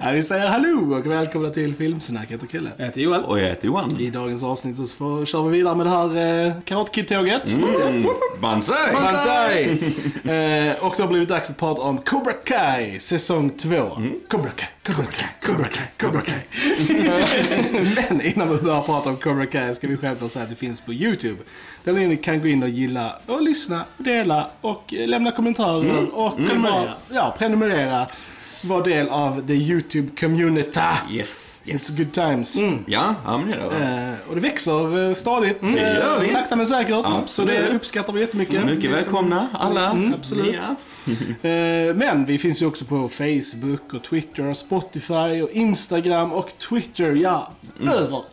Ja, vi säger hallå och välkomna till Filmsnack. Jag heter Kille. Jag heter Joel. Och jag heter Johan. I dagens avsnitt så kör vi vidare med det här Karate Kid-tåget. Banzai! Banzai! Och det har blivit dags att prata om Cobra Kai, säsong 2. Cobra Kai, Cobra Kai, Cobra Kai, Cobra Kai. Men innan vi börjar prata om Cobra Kai ska vi självklart säga att det finns på YouTube. Där ni kan gå in och gilla och lyssna och dela och lämna kommentarer och prenumerera. Var del av the YouTube-community. Yes. It's good times. Ja, men det är och det växer stadigt. Sakta men säkert. Absolut. Så det uppskattar vi jättemycket. Mycket välkomna alla. Absolut. Ja. Men vi finns ju också på Facebook och Twitter och Spotify och Instagram och Twitter. Ja, överallt.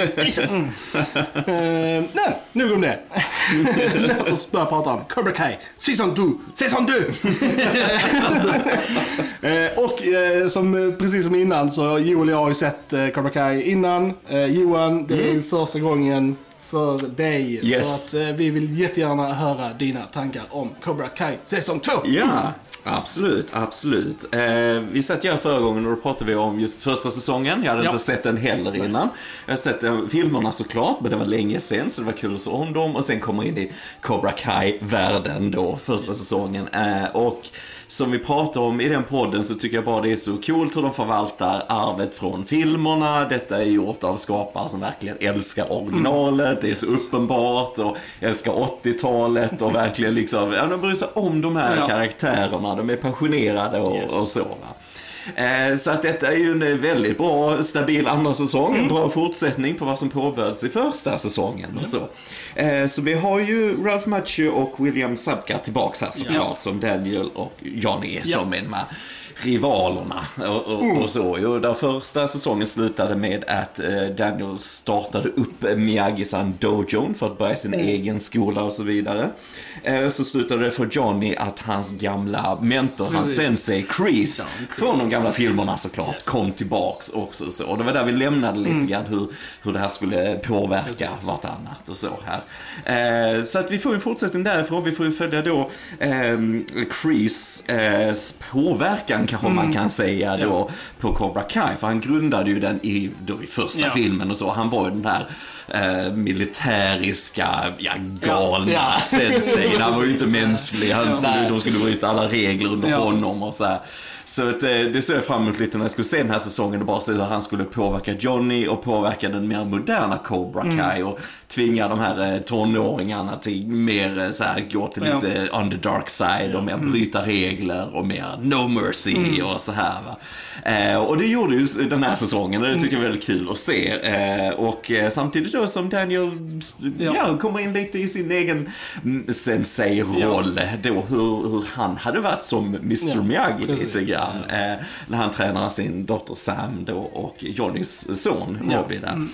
Men, nog om det. Låt oss börja prata om Cobra Kai Season 2. Och precis som innan så Joel och jag har ju sett Cobra Kai innan. Johan, det är ju första gången för dig. Yes. Så att vi vill jättegärna höra dina tankar om Cobra Kai säsong 2. Ja, absolut. Vi satt ju här förra gången och då pratade vi om just första säsongen. Jag hade inte sett den heller innan. Jag har sett filmerna såklart, men det var länge sen så det var kul att se om dem. Och sen kommer in i Cobra Kai-världen då, första säsongen. Och som vi pratar om i den podden så tycker jag bara det är så coolt hur de förvaltar arvet från filmerna. Detta är gjort av skapare som verkligen älskar originalet. Det är så uppenbart och älskar 80-talet och verkligen liksom, de bryr sig om de här karaktärerna. De är passionerade och så, va. Så att detta är ju en väldigt bra, stabil andra säsong. En bra fortsättning på vad som påbörjades i första säsongen och så. Så vi har ju Ralph Macchio och William Zabka tillbaks här såklart, som Daniel och Johnny som en med rivalerna och så. Jo, där första säsongen slutade med att Daniel startade upp Miyagi-san dojon för att börja sin egen skola och så vidare. Så slutade det för Johnny att hans gamla mentor, hans sensei Kreese, från de gamla filmerna såklart, kom tillbaks också. Så. Och det var där vi lämnade lite grann hur det här skulle påverka vartannat och så här. Så att vi får en fortsättning därifrån. Vi får ju följa då Kreese påverkan kanske man kan säga då på Cobra Kai, för han grundade ju den i första filmen och så. Han var ju den här militäriska galna sensei. Han var ju inte mänsklig. De skulle bryta alla regler under honom och så här. Så att, det såg jag fram emot lite när jag skulle se den här säsongen och bara se hur han skulle påverka Johnny och påverka den mer moderna Cobra Kai och tvinga de här tonåringarna till mer så här, gå till lite on the dark side och mer bryta regler och mer no mercy och så här, va. Och det gjorde ju den här säsongen och det tycker jag är väldigt kul att se. Och samtidigt då som Daniel kommer in lite i sin egen sensei-roll då, hur han hade varit som Mr. Miyagi lite grann. När han tränar sin dotter Sam då och Johnnys son Bobby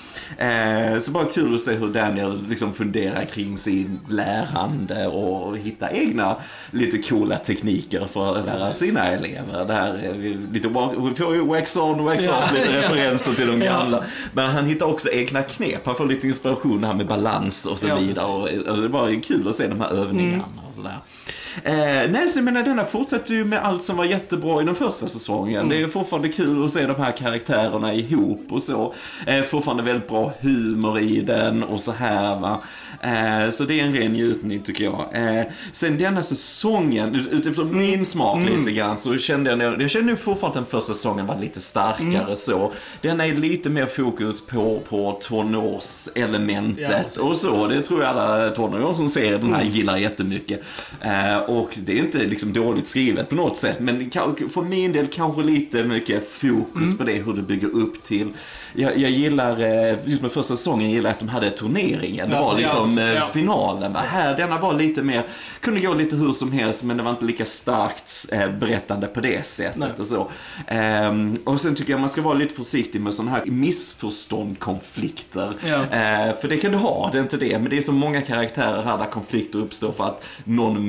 där. Så bara kul att se hur Daniel liksom funderar kring sin lärande och hitta egna lite coola tekniker för att lära sina elever. Det här är lite, vi får ju wax on, lite referenser till de gamla. Men han hittar också egna knep. Han får lite inspiration här med balans och så vidare. Och det är bara kul att se de här övningarna och sådär. Nej, så jag menar, denna fortsätter ju med allt som var jättebra i den första säsongen. Det är fortfarande kul att se de här karaktärerna ihop och så. Fortfarande väldigt bra humor i den och så här, va. Så det är en ren njutning tycker jag. Sen denna säsongen, utifrån min smak lite grann, så kände jag kände fortfarande att den första säsongen var lite starkare så. Den är lite mer fokus på tonårselementet och så. Det tror jag alla tonåringar som ser den här gillar jättemycket. Och det är inte liksom dåligt skrivet på något sätt, men för min del kanske lite mycket fokus på det, hur det bygger upp till. Jag gillar, just med första säsongen gillar att de hade turneringen. Det var liksom finalen. Här, denna var lite mer, kunde gå lite hur som helst, men det var inte lika starkt berättande på det sättet och så. Och sen tycker jag man ska vara lite försiktig med sådana här missförstånd, konflikter. För det kan du ha, det är inte det. Men det är så många karaktärer här där konflikter uppstår för att någon missförstår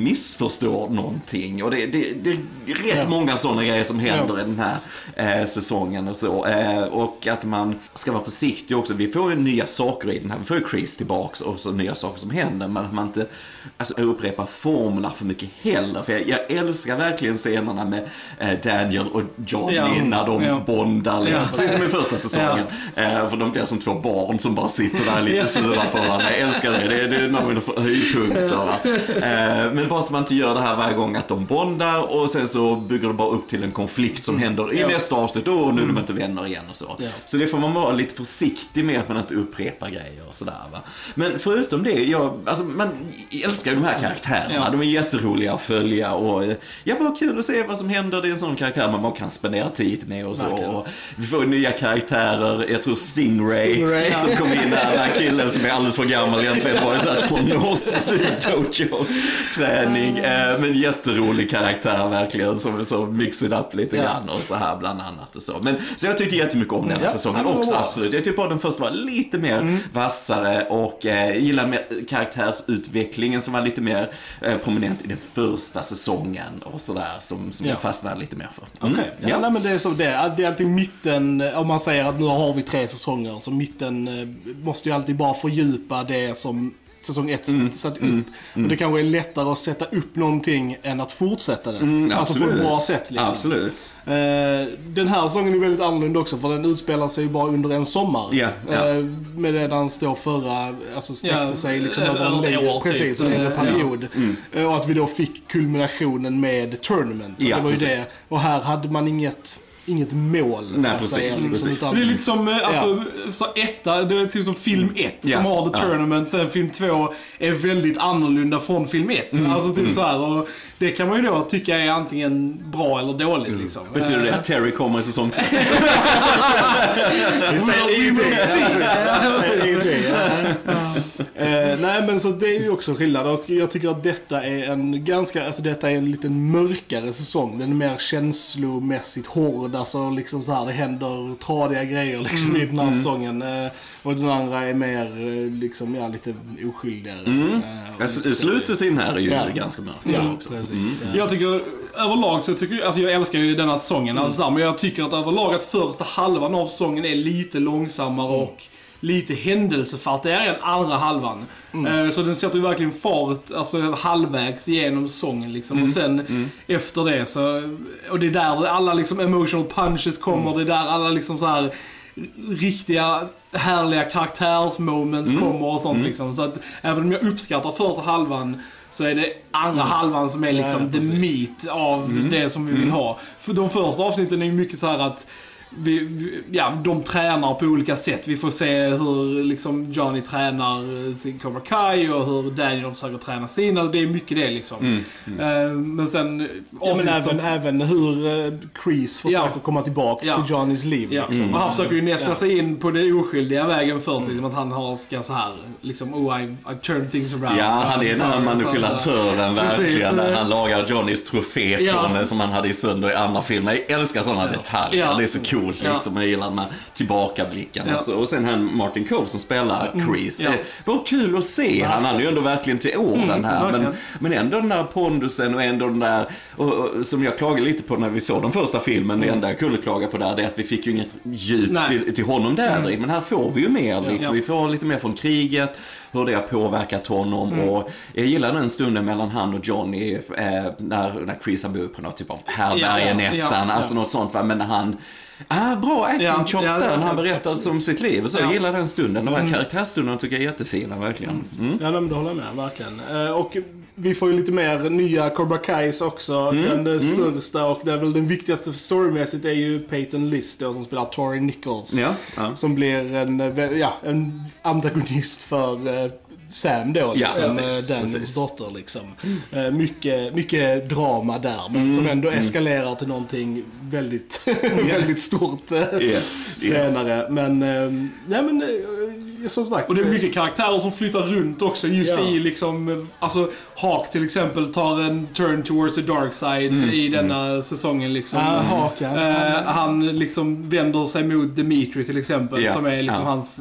förstår någonting. Och det är rätt många sådana grejer som händer i den här säsongen och så. Och att man ska vara försiktig också. Vi får ju nya saker i den här. Vi får ju Chris tillbaks och så nya saker som händer. Men att man inte upprepar formlerna för mycket heller. För jag älskar verkligen scenerna med Daniel och Johnny när de bondar. Precis som i första säsongen. För de blir som två barn som bara sitter där lite sura på varandra. Jag älskar det. Det är någon av höjdpunkterna. Men bara så man inte gör det här varje gång att de bondar och sen så bygger de bara upp till en konflikt som händer i nästa avsnitt och nu är de inte vänner igen och så. Så det får man vara lite försiktig med att man inte upprepar grejer och sådär, va. Men förutom det, man älskar ju de här karaktärerna. De är jätteroliga att följa och bara kul att se vad som händer. Det är en sån karaktär man bara kan spendera tid med och så. Och vi får nya karaktärer, jag tror Stingray. Som kom in där, den här killen som är alldeles för gammal egentligen, var ju såhär dojo-träning, men jätterolig karaktär verkligen, som mixed up lite grann och så här bland annat och så. Men så jag tyckte jättemycket om den här säsongen också, absolut. Jag tycker bara den första var lite mer vassare och gillar med karaktärsutvecklingen som var lite mer prominent i den första säsongen och sådär, som jag fastnade lite mer för. Nej, men det är så det är alltid mitten, om man säger att nu har vi 3 säsonger, så mitten måste ju alltid bara fördjupa det som säsong 1 satt upp. Och det kanske är lättare att sätta upp någonting än att fortsätta det. Alltså på ett bra sätt liksom. Absolut. Den här säsongen är väldigt annorlunda också, för den utspelar sig ju bara under en sommar. Med det den står förra, alltså sträckte sig liksom över en längre, precis, en längre period. Och att vi då fick kulminationen med Tournament. Och det var ju det. Och här hade man inget mål. Nej, precis. Det är lite som så etta, det är typ som film 1 som har The Tournament, sen film 2 är väldigt annorlunda från film 1. Alltså typ så här, och det kan man ju då tycka är antingen bra eller dåligt liksom. Betyder det att Terry kommer i säsong 3? Vi säger ingenting. Nej, men så det är ju också skillnad, och jag tycker att detta är detta är en lite mörkare säsong. Den är mer känslomässigt hård, alltså liksom så här, det händer tradiga grejer liksom i den här säsongen. Och den andra är mer liksom lite oskyldigare. Slutet i den här är ju ganska mörkt också. Precis. Jag tycker överlag så jag älskar ju denna säsongen alltså, men jag tycker att överlag att första halvan av säsongen är lite långsammare och lite händelsefart. Det är den andra halvan. Så den sätter ju verkligen fart, alltså halvvägs igenom säsongen liksom. Och sen efter det så, och det är där alla liksom emotional punches kommer, det är där alla liksom så här riktiga härliga karaktärsmoments kommer och sånt liksom. Så att även om jag uppskattar första halvan, så är det andra halvan som är liksom the meat av det som vi vill ha. För de första avsnitten är ju mycket så här att de tränar på olika sätt. Vi får se hur liksom Johnny tränar sin Cobra Kai och hur Daniel försöker träna sin. Alltså det är mycket det liksom. Men sen även hur Chris försöker komma tillbaka till Johnnys liv liksom. Och han försöker ju nästan sig in på det oskyldiga vägen först liksom, att han ska så här liksom, I've turned things around. Ja, han är den här manipulatören verkligen, när han lagar Johnnys trofé från som han hade i sönder i andra filmer. Jag älskar sådana detaljer. Det är så coolt liksom, jag gillar de här tillbakablickarna. Och sen han Martin Kove som spelar Chris. Det var kul att se. Han hade ju ändå verkligen till åren här. Men ändå den där pondusen och ändå den där, och som jag klagade lite på när vi såg den första filmen, det enda jag kunde klaga på där, det är att vi fick ju inget djup till honom där. Men här får vi ju mer liksom. Vi får lite mer från kriget, hur det har påverkat honom. Och jag gillar den stunden mellan han och Johnny när Chris har bor på något typ av härberge nästan. Alltså något sånt, va? Men när han bra acting chops där när han berättar om sitt liv. Så jag gillar den stunden. De här karaktärstunderna tycker jag är jättefina, verkligen. Ja, men det håller jag med, verkligen. Och vi får ju lite mer nya Cobra Kais också. Den största och det är väl den viktigaste storymässigt är ju Peyton List då, som spelar Tori Nichols. Som blir en antagonist för Sam då, liksom, Daniels dotter liksom. Mycket drama där, men som ändå eskalerar till någonting väldigt väldigt stort senare. Men som sagt, och det är mycket karaktärer som flyttar runt också just i liksom, alltså Hawk till exempel tar en turn towards the dark side i denna säsongen liksom. Han liksom vänder sig mot Dimitri till exempel, som är liksom hans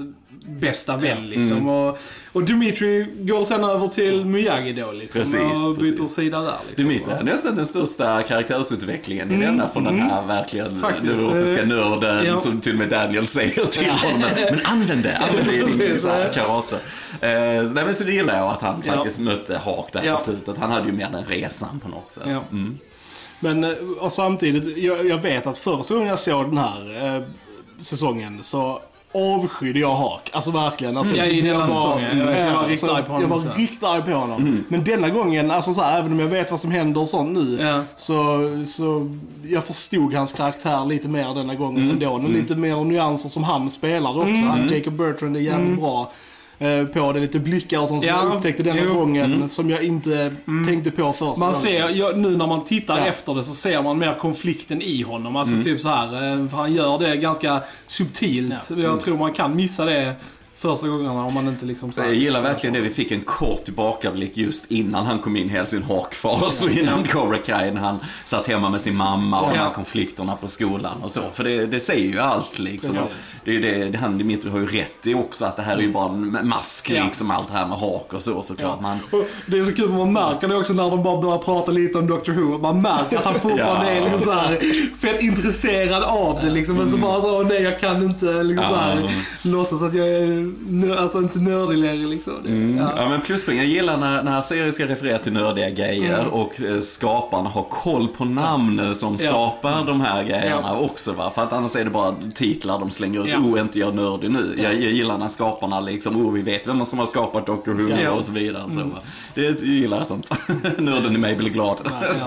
bästa vän liksom. Och Dimitri går sen över till Miyagi då liksom. Och byter sida där liksom. Dimitri är nästan den största karaktärsutvecklingen i denna från den här verkligen neurotiska nörden som till och med Daniel säger till honom. Men använd det i din karate. Nej, men så det gillar jag att han faktiskt mötte Hawk där på slutet. Han hade ju med den resan på något sätt. Men och samtidigt, jag vet att första gången jag såg den här säsongen så avskydde jag Hawk. Alltså verkligen. Alltså, jag var riktigt arg på honom. Jag var riktigt arg på honom. Men denna gången, alltså så här, även om jag vet vad som händer och sånt nu, så jag förstod hans karaktär lite mer denna gången ändå. Lite mer nyanser som han spelade också. Jacob Bertrand är jävligt bra på det, lite blickar och sånt som jag upptäckte denna gången som jag inte tänkte på först. Man ser, nu när man tittar efter det så ser man mer konflikten i honom. Alltså typ så här, för han gör det ganska subtilt. Jag tror man kan missa det första gångerna om man inte liksom så här. Jag gillar verkligen det. Vi fick en kort tillbakablick just innan han kom in i sin Hawk-fas och innan Cobra Kai när han satt hemma med sin mamma och de här konflikterna på skolan och så. För det säger ju allt liksom. Det är det han Dimitri har ju rätt i också, att det här är ju bara en mask liksom, allt det här med Hawk och såklart. Det är så kul, man märker det också när de bara börjar prata lite om Dr. Who. Man märker att han fortfarande är liksom så här fett intresserad av det liksom. Men så bara så, nej jag kan inte liksom så här låtsas att jag är alltså inte nördig längre liksom. Ja men pluspoäng, jag gillar när serier ska referera till nördiga grejer och skaparna har koll på namn som skapar de här grejerna också, va? För att annars är det bara titlar de slänger ut. Inte jag nördig nu. Jag gillar när skaparna liksom, vi vet vem som har skapat Dr. Who och så vidare. Så, jag gillar sånt. Nörden i mig blir glad.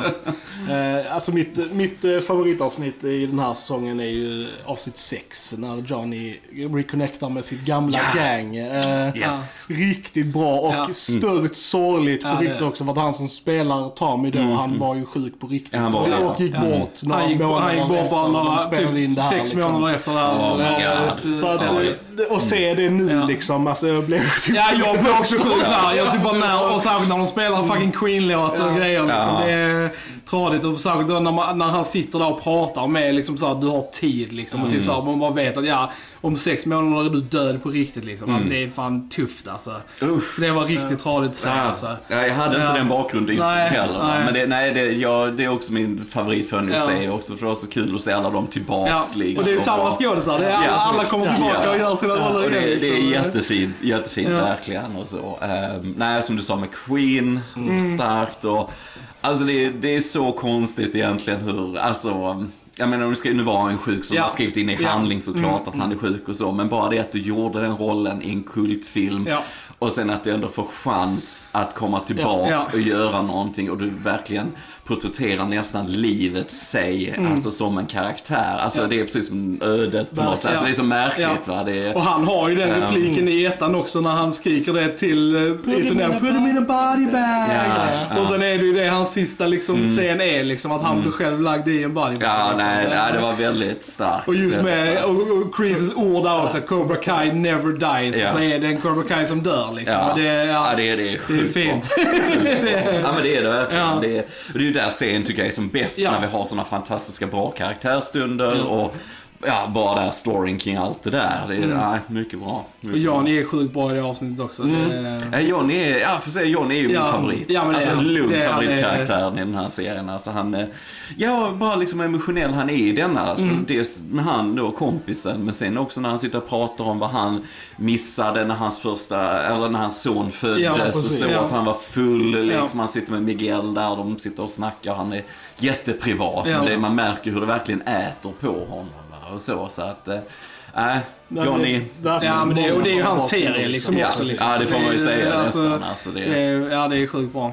Alltså mitt favoritavsnitt i den här säsongen är ju avsnitt 6 när Johnny reconnectar med sitt gamla gang. Riktigt bra och stört sorgligt på riktigt också, för att han som spelar Tommy då, han var ju sjuk på riktigt och gick bort han gick bort bara typ 6 månader efter det här. Så att, och se det nu liksom, alltså jag blev typ jag blev också sjuk där. Jag typ bara och särskilt när de spelar fucking Queen-låt och grejer liksom. Det är tradigt, och särskilt då när han sitter där och pratar med liksom så att du har tid liksom, och typ så här, man bara vet att om 6 månader är du död på riktigt liksom. Alltså det är fan tufft alltså. Så det var riktigt tradigt så alltså. Jag hade inte den bakgrunden heller. Men det är också min favorit för nu säger också, för det var så kul att se alla de tillbaks liksom. Och det är samma skådisar. Alla kommer tillbaka och gör sina roller. Det är jättefint verkligen och så. Som du sa med Queen, starkt och alltså det är så konstigt egentligen hur, alltså jag menar, nu var han sjuk som har skrivit in i handling såklart att han är sjuk och så, men bara det att du gjorde den rollen i en kultfilm och sen att du ändå får chans att komma tillbaks och göra någonting och du verkligen porträtterar nästan livet sig alltså som en karaktär. Alltså det är precis som ödet på något sätt. Alltså det är så märkligt va. Och han har ju den repliken i ettan också när han skriker det till put him in a body bag. Och sen är det ju det hans sista liksom scen är liksom att han blir själv lagd i en body bag. Det var väldigt starkt. Och just med och Chris ord där också, Cobra Kai never dies. Så är det en Cobra Kai som dör liksom. Och det är fint. Men det är det verkligen. Det är ju där serien tycker jag är som bäst när vi har såna fantastiska bra karaktärstunder och bara där storyn kring allt det där. Det är mycket bra. Och Johnny är sjukt bra i det avsnittet också. Johnny är ju min favorit. Alltså lugnt favoritkaraktär i den här serien. Alltså han bara liksom emotionell han är i denna. Alltså, dels med han då, kompisen, men sen också när han sitter och pratar om vad han missade när hans när hans son föddes och så att han var full liksom. Han sitter med Miguel där och de sitter och snackar. Han är jätteprivat. Men man märker hur det verkligen äter på honom. Och så att Johnny. Men det är ju hans serie liksom också. Liksom. Ja, det får man ju säga nästan. Alltså, det är sjukt bra.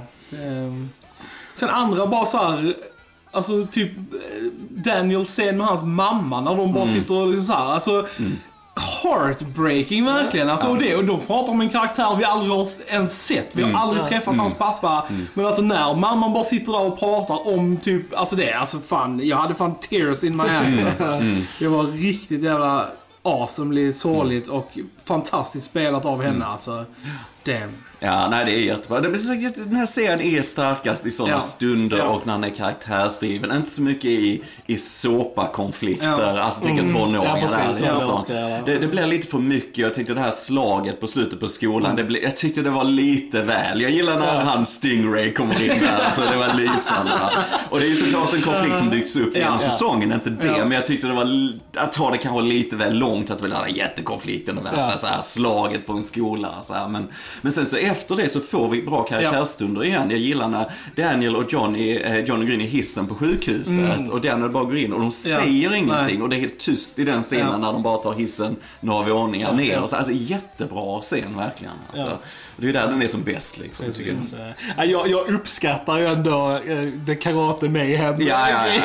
Sen andra bara så här, alltså typ Daniel scen med hans mamma när de bara sitter och liksom så här, alltså heartbreaking verkligen. Alltså, och de pratar om en karaktär vi aldrig har ens sett. Vi har aldrig träffat hans pappa. Men alltså när mamman bara sitter där och pratar om typ, alltså det, alltså fan, jag hade fan tears in my eyes. Alltså. Det var riktigt jävla awesomely sorgligt och fantastiskt spelat av henne alltså. damn. Ja, nej, det är jättebra. Det blir säkert, den här serien är starkast i sådana stunder och när den är karaktärsdriven. Inte så mycket i såpa-konflikter, alltså tänker tonåringar det blir lite för mycket. Jag tyckte det här slaget på slutet på skolan, jag tyckte det var lite väl. Jag gillar när han Stingray kommer in där, alltså det var lysande. Och det är ju såklart en konflikt som dyks upp genom säsongen, inte det, men jag tyckte det var att ta det kanske lite väl långt, att väl ha jättekonflikten och värsta så här slaget på en skola så här. Men sen så efter det så får vi bra karaktärstunder igen. Jag gillar när Daniel och Johnny går in i hissen på sjukhuset och Daniel bara går in och de säger ingenting och det är helt tyst i den scenen när de bara tar hissen några våningar ner. Och så, alltså jättebra scen verkligen. Alltså, och det är där den är som bäst liksom. Jag uppskattar ju ändå det karate med hem. Jag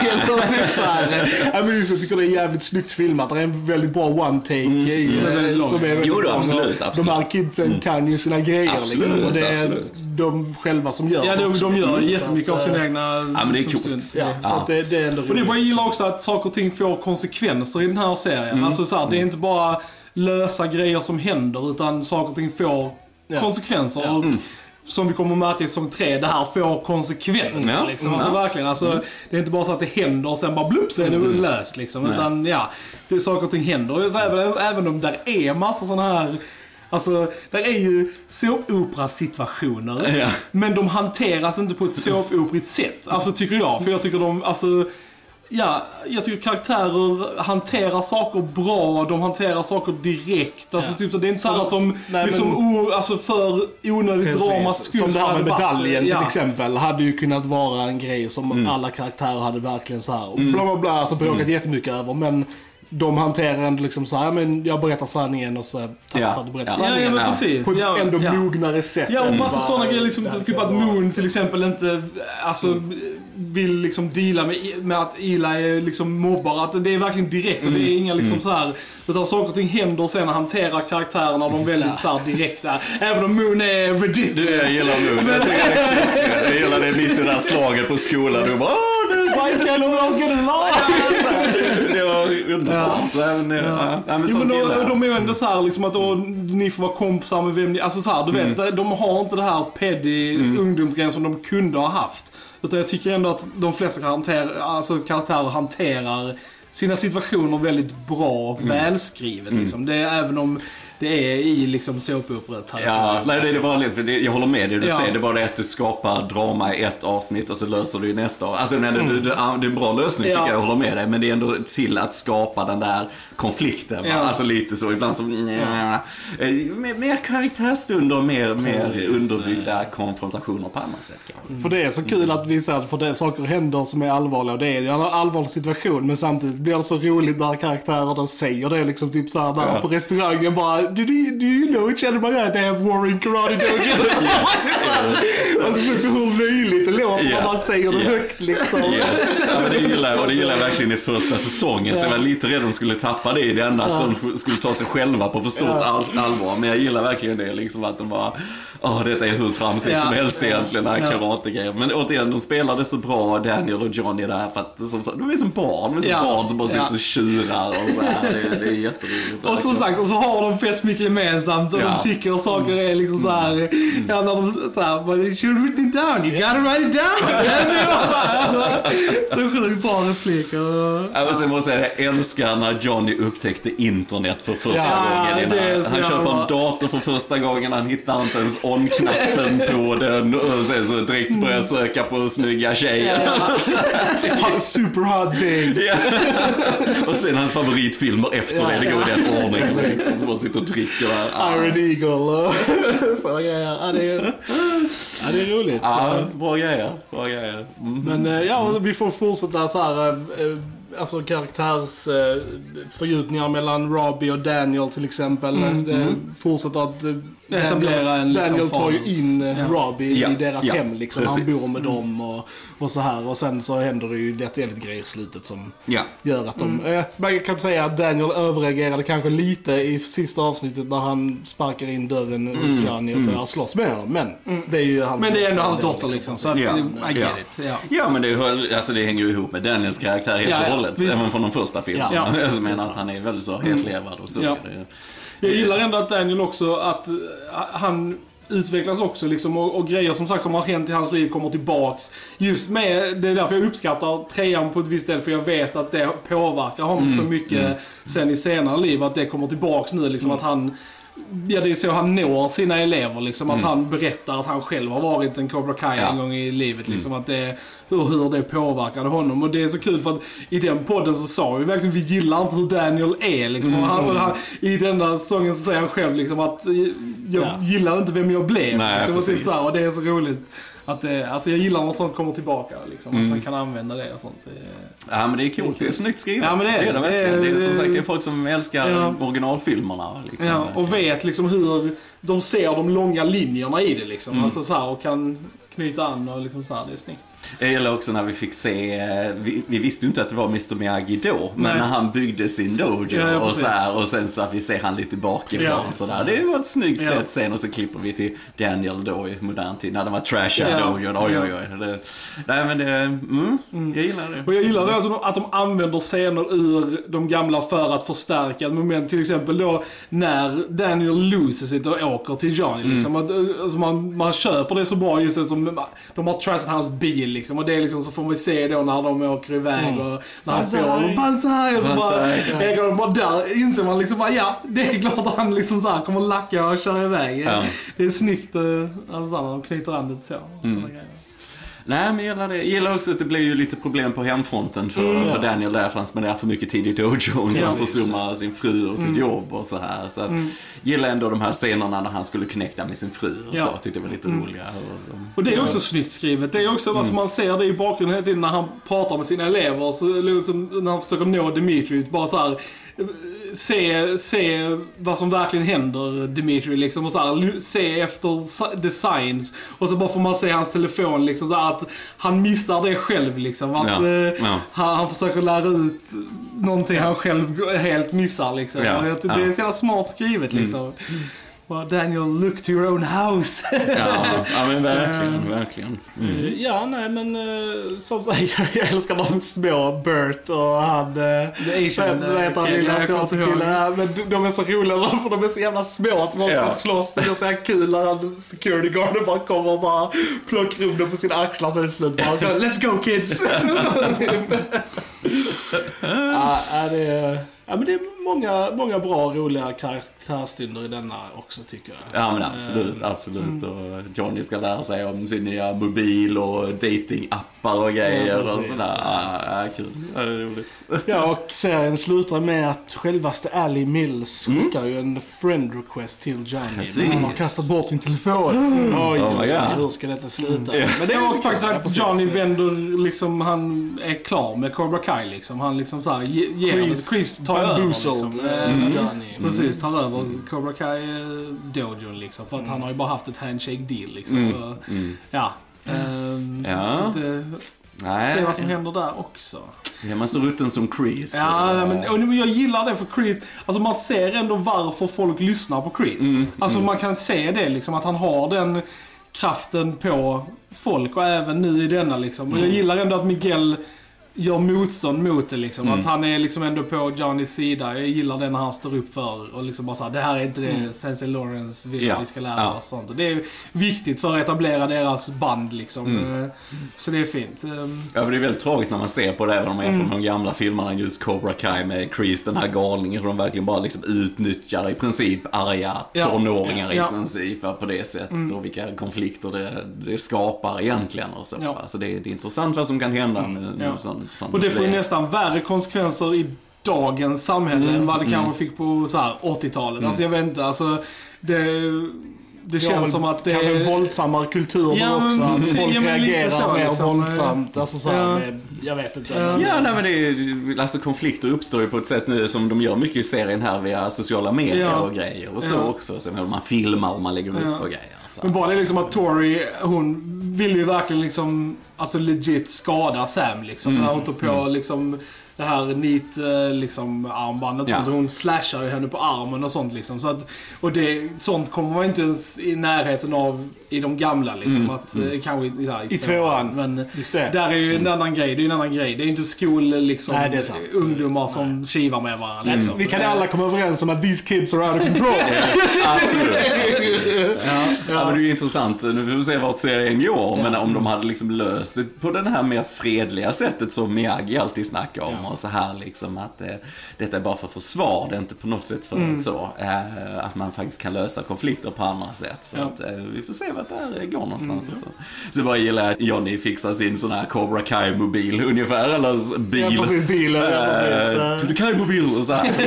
tycker det är jävligt snyggt filmat. Det är en väldigt bra one-take som är väldigt bra. Absolut. De här kidsen kan ju sina grejer liksom. Och det är de själva som gör det. De gör jättemycket av sina egna... Ja, men det är coolt. Så att det är ändå roligt. Och det bara gillar också att saker och ting får konsekvenser i den här serien. Alltså så här, det är inte bara lösa grejer som händer, utan saker och ting får konsekvenser. Och som vi kommer att märka i säsong 3, det här får konsekvenser liksom. Alltså verkligen, alltså, det är inte bara så att det händer och sen bara blupp så är det löst liksom. Utan det är saker och ting händer. Och även om där är massa sådana här, alltså, där är ju såpopera-situationer, men de hanteras inte på ett såpoperigt sätt. Alltså tycker jag, för jag tycker jag tycker karaktärer hanterar saker bra, de hanterar saker direkt. Alltså typ så det är inte så att de alltså för onödigt drama skull. Som det här med medaljen till exempel hade ju kunnat vara en grej som alla karaktärer hade verkligen så här och bla bla bla, alltså bråkat jättemycket över, men de hanterar ändå liksom så här, men jag berättar sanningen och så tack för att du berättar sanningen. Ja, precis. På ett ändå mognare sätt. Ja, och massa sådana grejer liksom, typ att Moon till exempel inte vill liksom deala med att Eli är liksom mobbar, att det är verkligen direkt och det är inga liksom så här, utan saker och ting händer och sen hanterar karaktärerna och de väldigt så här direkt där. Även om Moon är ridiculous. Jag gillar Moon. Jag gillar det lite där slaget på skolan. Du bara, det var underbart. De är ju ändå så här liksom att ni får vara kompisar med vem ni, alltså så här, du vet, de har inte det här petty ungdomsgrejen som de kunde ha haft. Utan jag tycker ändå att de flesta karaktärer hanterar sina situationer väldigt bra och välskrivet liksom. Det är, även om det är i liksom såpoperat här. Ja, nej, det är bara för jag håller med dig. Du säger det bara det att du skapar drama i ett avsnitt och så löser du i nästa. Alltså det är en bra lösning tycker jag håller med dig, men det är ändå till att skapa den där konflikten. Alltså lite så ibland som mer karaktärstunder och mer underbyggda konfrontationer på andra sätt. För det är så kul att visa att för det saker händer som är allvarliga och det är en allvarlig situation, men samtidigt blir det så roligt när karaktärer de säger det liksom typ så här där på restaurangen bara do you know each other by that they have warring karate dojos. Och så hur löjligt det låter när man säger det högt liksom. Ja, men det gillar jag verkligen i första säsongen. Så jag var lite rädd att de skulle tappa det i det enda att de skulle ta sig själva på för stort allvar. Men jag gillar verkligen det liksom, att de bara detta är hur tramsigt som helst egentligen, den här karate-grejen. Men återigen, de spelade så bra, Daniel och Johnny där, för att de är som barn. Barn som bara sitter och tjurar och så här. Det är jätteroligt. Och som sagt, och så har de fett mycket gemensamt och de tycker att saker är liksom så här, när de så här, but it should write it down, you gotta write it down. Så sjukt bra repliker. Och sen måste jag älskar när Johnny upptäckte internet för första gången. Han köper en dator för första gången, han hittar inte ens on-knappen på den och sen så direkt börjar söka på snygga tjejer. Super hot babes. Och sen hans favoritfilmer efter det går i den ordningen liksom, som man sitter och dricker där. Iron Eagle och sådana grejer. Det är roligt. Ja, bra grejer. Men vi får fortsätta så här, alltså karaktärsfördjupningar mellan Robbie och Daniel till exempel. Fortsätter att etablera en liksom Daniel tar ju in Robbie i deras hem liksom. Precis. Han bor med dem och så här. Och sen så händer det ju det grej i slutet som gör att man kan säga att Daniel överreagerade kanske lite i sista avsnittet när han sparkar in dörren hos Johnny och börjar slåss med honom. Men det är ju hans ändå hans dotter liksom. Så att I get it. Ja, men det hänger ju ihop med Daniels karaktär helt och hållet. Även från de första filmerna. Jag menar att han är väldigt så hetlevad och så. Jag gillar ändå att Daniel också, att han utvecklas också liksom, och grejer som sagt som har hänt i hans liv kommer tillbaks. Just med, det är därför jag uppskattar 3:an på ett visst ställe, för jag vet att det påverkar honom så mycket sen i senare liv, att det kommer tillbaks nu liksom, att han, ja, det är så han når sina elever liksom, att han berättar att han själv har varit en Cobra Kai en gång i livet liksom, att det, hur det påverkade honom. Och det är så kul för att i den podden så sa vi verkligen, vi gillar inte hur Daniel är liksom, och han, i denna sången så säger han själv liksom att jag gillar inte vem jag blev. Nej, liksom, och det är så roligt. Att alltså jag gillar när sånt kommer tillbaka liksom, att man kan använda det och sånt. Ja, men det är coolt, det är snyggt skrivet. Ja, men det är verkligen. Det är som sagt, det är folk som älskar originalfilmerna liksom, ja, och vet liksom hur de ser de långa linjerna i det liksom, alltså så här, och kan knyta an och liksom så här, det är snyggt. Jag gillar också när vi fick se, vi visste ju inte att det var Mr. Miyagi då, men när han byggde sin dojo och så här, och sen så att vi ser han lite bakifrån så där. Det var ett snyggt sätt sen, och så klipper vi till Daniel då i modern tid när det var trashad dojo. Oj. Nej men det, jag gillar det. Och jag gillar det alltså, att de använder scener ur de gamla för att förstärka ett moment, till exempel då när Daniel loses sitt och åker till Johnny liksom, att, alltså man köper det så bra just som de har trashat hans bil liksom, och det är liksom, så får vi se då när de åker iväg och när han får Banzai och så bara där inser man liksom bara, ja, det är klart att han liksom så här kommer lacka och köra iväg. Det är snyggt alltså, när de knyter an det så. Nej, men jag gillar också att det blir ju lite problem på hemfronten för Daniel där, för han spenderar för mycket tid i dojo, så han försummar sin fru och sitt jobb och så här. Så att, gillar ändå de här scenerna när han skulle connecta med sin fru och så, tyckte det var lite roliga. Och det är också snyggt skrivet. Det är också vad man ser det i bakgrunden hela tiden när han pratar med sina elever, så liksom, när han försöker nå Dimitri, bara så här, se vad som verkligen händer Dimitri liksom, och så här, se efter the signs, och så bara får man se hans telefon liksom, så här, att han missar det själv liksom, att han försöker lära ut någonting han själv helt missar liksom. Det är så jävla smart skrivet liksom. Daniel, look to your own house. ja men verkligen. Ja, nej men som sagt, jag älskar de små Bert och han men de är så roliga för de är så jävla små, så de ska slåss. Det är så här kul när han security guard bara kommer och bara plockar upp dem på sina axlar, så är det slut bara, let's go kids. Ja, men det är många bra, roliga karaktärstunder i denna också, tycker jag. Ja, men absolut. Och Johnny ska lära sig om sin nya mobil och datingappar och grejer och sådär. Ja, kul. Ja, det är roligt. Ja, och serien slutar med att självaste Ali Mills skickar ju en friend request till Johnny. Han har kastat bort sin telefon. Hur ska detta sluta? Men det är faktiskt att Johnny vänder liksom, han är klar med Cobra Kai liksom. Han liksom såhär Chris tar över liksom, precis, tar över Cobra Kai dojon liksom, för att han har ju bara haft ett handshake deal liksom. Så att, se vad som händer där också. Ja, man så rutten som Chris. Ja, men jag gillar det för Chris. Alltså man ser ändå varför folk lyssnar på Chris. Alltså man kan se det liksom, att han har den kraften på folk, och även nu i denna liksom. Och jag gillar ändå att Miguel gör motstånd mot det liksom, att han är liksom ändå på Johnnys sida. Jag gillar det när han står upp för och liksom bara så här, det här är inte det Sensei Lawrence vill att vi ska lära oss sånt. Och det är viktigt för att etablera deras band liksom. Så det är fint. Ja, men det är väldigt tragiskt när man ser på det, även om man är från de gamla filmerna, just Cobra Kai med Chris, den här galningen, hur de verkligen bara liksom utnyttjar i princip arga tonåringar i princip på det sättet, och vilka konflikter det skapar egentligen och så. Alltså det är intressant vad som kan hända med sånt. Och det får ju nästan värre konsekvenser i dagens samhälle än vad det kanske fick på så här 80-talet. Alltså jag vet inte, alltså det känns som att det är en våldsammare kultur också. Att folk reagerar mer liksom, våldsamt. Alltså så här, jag vet inte. Nej, men det är, alltså konflikter uppstår ju på ett sätt nu som de gör mycket i serien här via sociala medier och grejer. Och så också. Så man filmar och man lägger upp och grejer. Så. Men bara det liksom att Tori, hon vill ju verkligen liksom, alltså legit skada Sam liksom. När hon tog på liksom det här liksom armbandet, sånt. Hon slashar ju henne på armen och sånt liksom. Så att, och sånt kommer man inte ens i närheten av i de gamla liksom. Kanske i tvåan. Men där är ju en annan grej. Det är ju en annan grej. Det är inte liksom, nej, det är sant. ungdomar som kivar med varandra. Liksom. Vi kan alla komma överens om att these kids are out of control. Absolut. Ja, men det är ju intressant. Nu får vi se vart serien går. Men om de hade liksom löst det på den här mer fredliga sättet som Miyagi alltid snackar om. Och så här liksom att detta är bara för försvar. Det är inte på något sätt för så. Att man faktiskt kan lösa konflikter på andra sätt. Så att, vi får se vart det här går någonstans. Så bara gillar att Johnny fixar sin sån här Cobra Kai-mobil ungefär. Eller bil. Ja, precis, bilen. To the Kai-mobil och så här.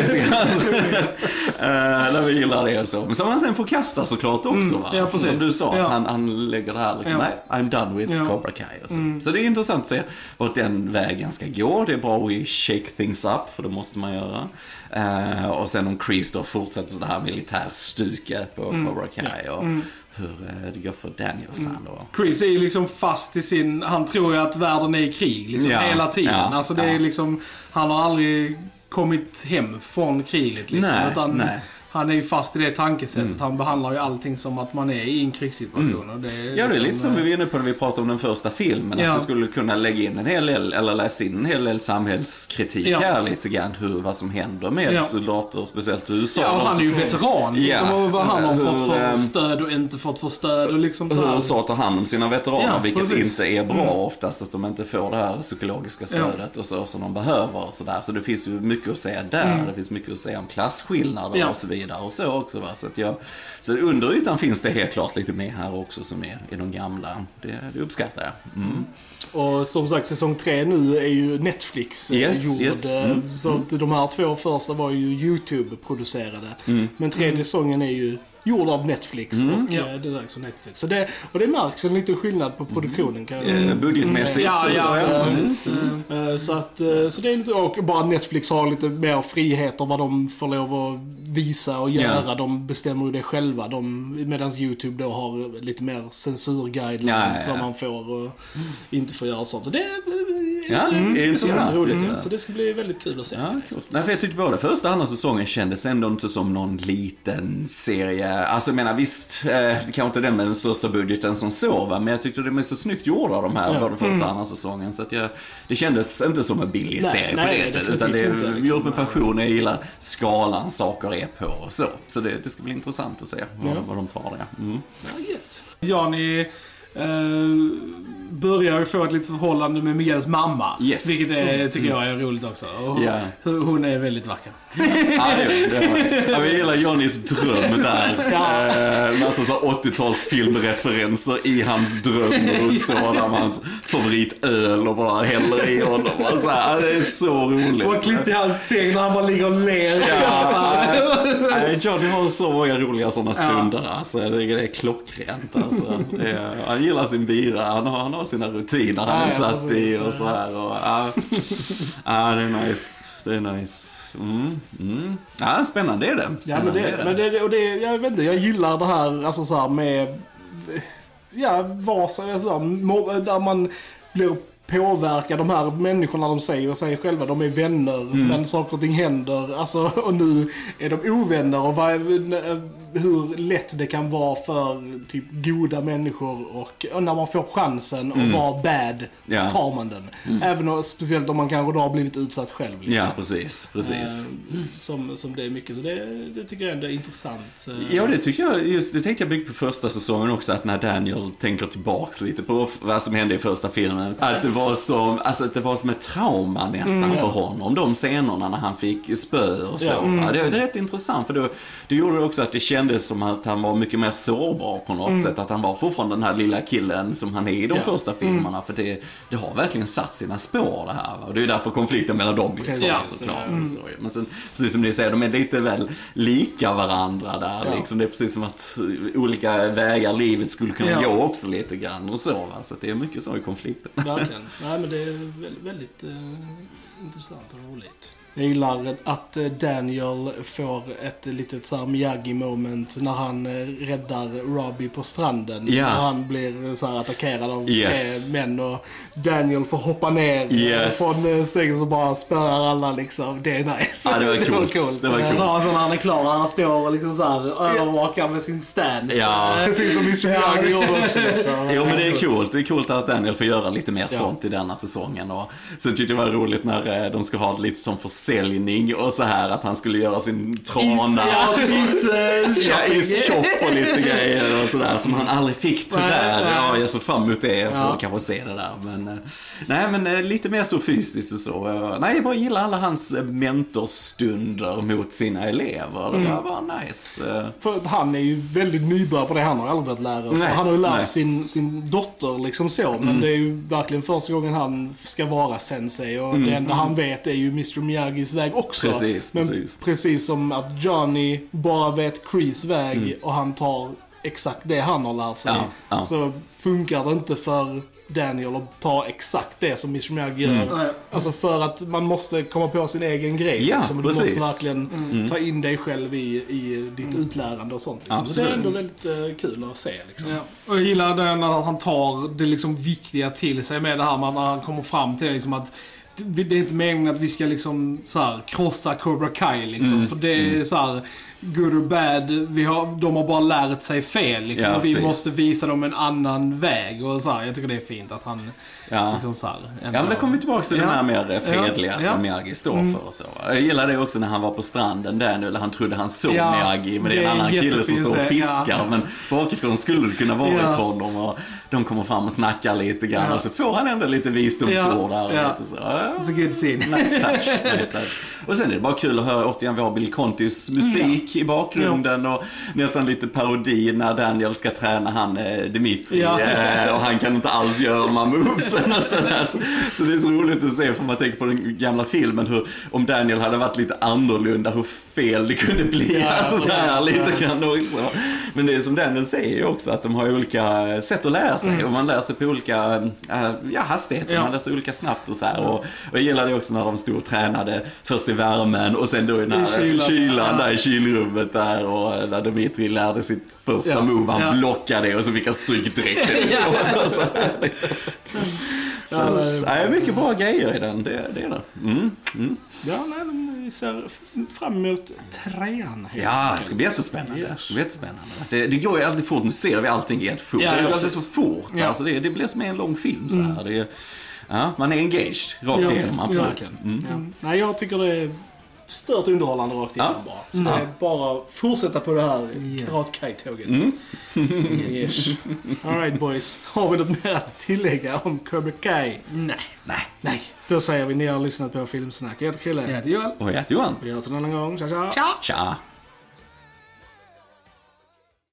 Där vi gillar det och så. Men som han sen får kasta såklart också va? Ja, precis. Som du sa, Ja. han lägger det här liksom, nej, I'm done with Cobra Kai och så. Så det är intressant att se vart den vägen ska gå. Det är bra att shake things up, för det måste man göra. Och sen om Kreese då fortsätter så det här militärstuket på Cobra Kai och hur det går för Danielson då. Kreese är ju liksom fast i sin... Han tror ju att världen är i krig liksom, hela tiden. Alltså det är liksom... Han har aldrig kommit hem från kriget liksom. Nej. Han är ju fast i det tankesättet. Han behandlar ju allting som att man är i en krigssituation. Och det är det är lite som vi var inne på när vi pratade om den första filmen. Att du skulle kunna lägga in en hel del, eller läsa in en hel del samhällskritik här lite grann. Vad som händer med soldater, speciellt i USA. Ja, han är ju veteran. Liksom, och vad han har fått för stöd och inte fått för stöd. Och liksom hur USA tar hand om sina veteraner, vilket precis. inte är bra oftast. Att de inte får det här psykologiska stödet och så som de behöver. Och så där. Så det finns ju mycket att säga där. Det finns mycket att säga om klasskillnader och så vidare. Och så också va? Så under ytan finns det helt klart lite mer här också som är de gamla. Det uppskattar jag. Och som sagt, säsong 3 nu är ju Netflix gjord. Så de här 2 första var ju YouTube-producerade. Men 3:e säsongen är ju gjord av Netflix och det är också Netflix. Så det märks en liten skillnad på produktionen kan jag budgetmässigt. Så det är lite, och bara Netflix har lite mer friheter vad de får lov att visa och göra. De bestämmer ju det själva. Medan YouTube då har lite mer censurguidelines vad man får och inte får göra sånt. Så det är intressant. Roligt. Så det ska bli väldigt kul att se. Ja, cool. Nej, för jag tyckte både första och andra säsongen kändes ändå inte som någon liten serie. Alltså jag menar visst, det kanske inte den med den största budgeten som så va? Men jag tyckte det är så snyggt gjorda de här både första och andra säsongen. Så att det kändes inte som en billig serie på det sättet. Utan det är gjort med passion. Jag gillar skalan saker är på och så. Så det ska bli intressant att se vad de tar det. Johnny börjar ju få ett litet förhållande med Mias mamma. Vilket tycker jag är roligt också. Och hon är väldigt vacker. Vi gillar Johnnys dröm där. Massa så 80-tals filmreferenser i hans dröm. Och står där med hans favoritöl och bara häller i honom. Så här, det är så roligt. Och klippt i hans säng när han bara ligger och ler. Johnny har så många roliga sådana stunder. Alltså, det är klockrent. Alltså. Han gillar sin bira. Han har sina rutiner han är satt i och så här. Och, det är nice. Det är nice. Ja, spännande är det. Jag vet inte, jag gillar det här, alltså så här med där man blir påverkad, de här människorna de säger sig själva, de är vänner, men saker och ting händer, alltså, och nu är de ovänner och hur lätt det kan vara för typ goda människor och när man får chansen att vara bad tar man den. Även speciellt om man kanske då har blivit utsatt själv. Liksom. Ja, precis. Som det är mycket, så det tycker jag ändå är intressant. Ja, det tycker jag, det tänkte jag byggt på första säsongen också, att när Daniel tänker tillbaks lite på vad som hände i första filmen, att det var som ett trauma nästan för honom, de scenerna när han fick spö och så. Det är rätt intressant, för det gjorde också att det kändes som att han var mycket mer sårbar på något sätt, att han var fortfarande den här lilla killen som han är i de första filmerna, för det har verkligen satt sina spår det här, och det är därför konflikten mellan dem blir kvar såklart. Men sen, precis som ni säger, de är lite väl lika varandra där, liksom. Det är precis som att olika vägar livet skulle kunna gå också lite grann och så, va? Så det är mycket så i konflikten. Verkligen. Nej, men det är väldigt Intressant och roligt. Jag gillar att Daniel får ett litet så här Miyagi-moment när han räddar Robbie på stranden. Ja. När han blir så här attackerad av Yes. 3 män och Daniel får hoppa ner från stegen och bara spöar alla liksom. Det är nice. Ja, det var coolt. Det var coolt. Så alltså, när han är klar, han står och liksom så här övervakar med sin stand. Ja. Precis som Mr. Miyagi gjorde också. Liksom. Jo, men det är coolt. Det är coolt att Daniel får göra lite mer sånt i denna säsongen. Och så tyckte jag det var roligt när de ska ha det lite som försäljning och så här att han skulle göra sin trana. Is-shop och lite grejer och sådär som han aldrig fick tyvärr. Ja, jag såg fram emot det för att kanske se det där. Men, nej, men lite mer så fysiskt och så. Nej, jag bara gillar alla hans mentorstunder mot sina elever. Det var nice. För att han är ju väldigt nybörjare på det, han har aldrig varit lärare. Han har ju lärt sin dotter liksom så, men det är ju verkligen första gången han ska vara sensei och det enda han vet är ju Mr. Miyagis väg också. Men precis som att Johnny bara vet Chris väg och han tar exakt det han har lärt sig. Så funkar det inte för Daniel att ta exakt det som Mr. Miyagi gör. Alltså för att man måste komma på sin egen grej. Liksom. Du måste verkligen ta in dig själv i ditt utlärande och sånt. Liksom. Så det är ändå väldigt kul att se. Liksom. Ja. Och jag gillar det när han tar det liksom viktiga till sig med det här, när han kommer fram till liksom att det är inte meningen att vi ska liksom så här krossa Cobra Kai liksom, för det är så här good or bad, de har bara lärt sig fel liksom, och vi måste visa dem en annan väg och så här. Jag tycker det är fint att han liksom så här, men det kommer tillbaka till den här mer fredliga som Miyagi står för och så. Jag gillar det också när han var på stranden där nu, eller han trodde han såg Miyagi, men det är en annan kille som står och fiskar, men bakifrån skulle det kunna vara ett honom och de kommer fram och snackar lite grann och så får han ändå lite visdomsord där och lite så. It's a good scene. Nice touch. Och sen är det bara kul att höra återigen, vi har Bill Contis musik i bakgrunden och nästan lite parodi när Daniel ska träna han Dimitri och han kan inte alls göra de här movesen och sådär. Så det är så roligt att se, för man tänker på den gamla filmen hur om Daniel hade varit lite annorlunda, hur fel det kunde bli. Alltså så här lite grann också. Men det är som Daniel säger ju också, att de har olika sätt att lära sig och man lär sig på olika hastigheter, man lär sig olika snabbt och så här. Och jag gillar det också när de stod och tränade först i värmen och sen då i den här kylan där i kylrummet där, och där Dimitri lärde sitt första move, han blockade det och så fick han stryk direkt. Så mycket bra grejer i den, det är det. Ja, nej, men vi ser fram emot 3:an. Ja, det ska bli jättespännande. Det går ju alltid fort, nu ser vi allting helt fort. Det går alltid så fort, alltså det blir som en lång film så här. Det är, man är engaged rakt igenom, absolut. Nej, jag tycker det är stört underhållande rakt igenom bara. Så det är bara fortsätta på det här Karate-Kai-tåget. Yes. All right, boys. Har vi något mer att tillägga om Cobra Kai? Nej. Då säger vi, ni har lyssnat på Filmsnack. Jag heter Krille. Jag heter Joel. Och jag heter Johan. Vi hörs en annan gång. Tja. Tja.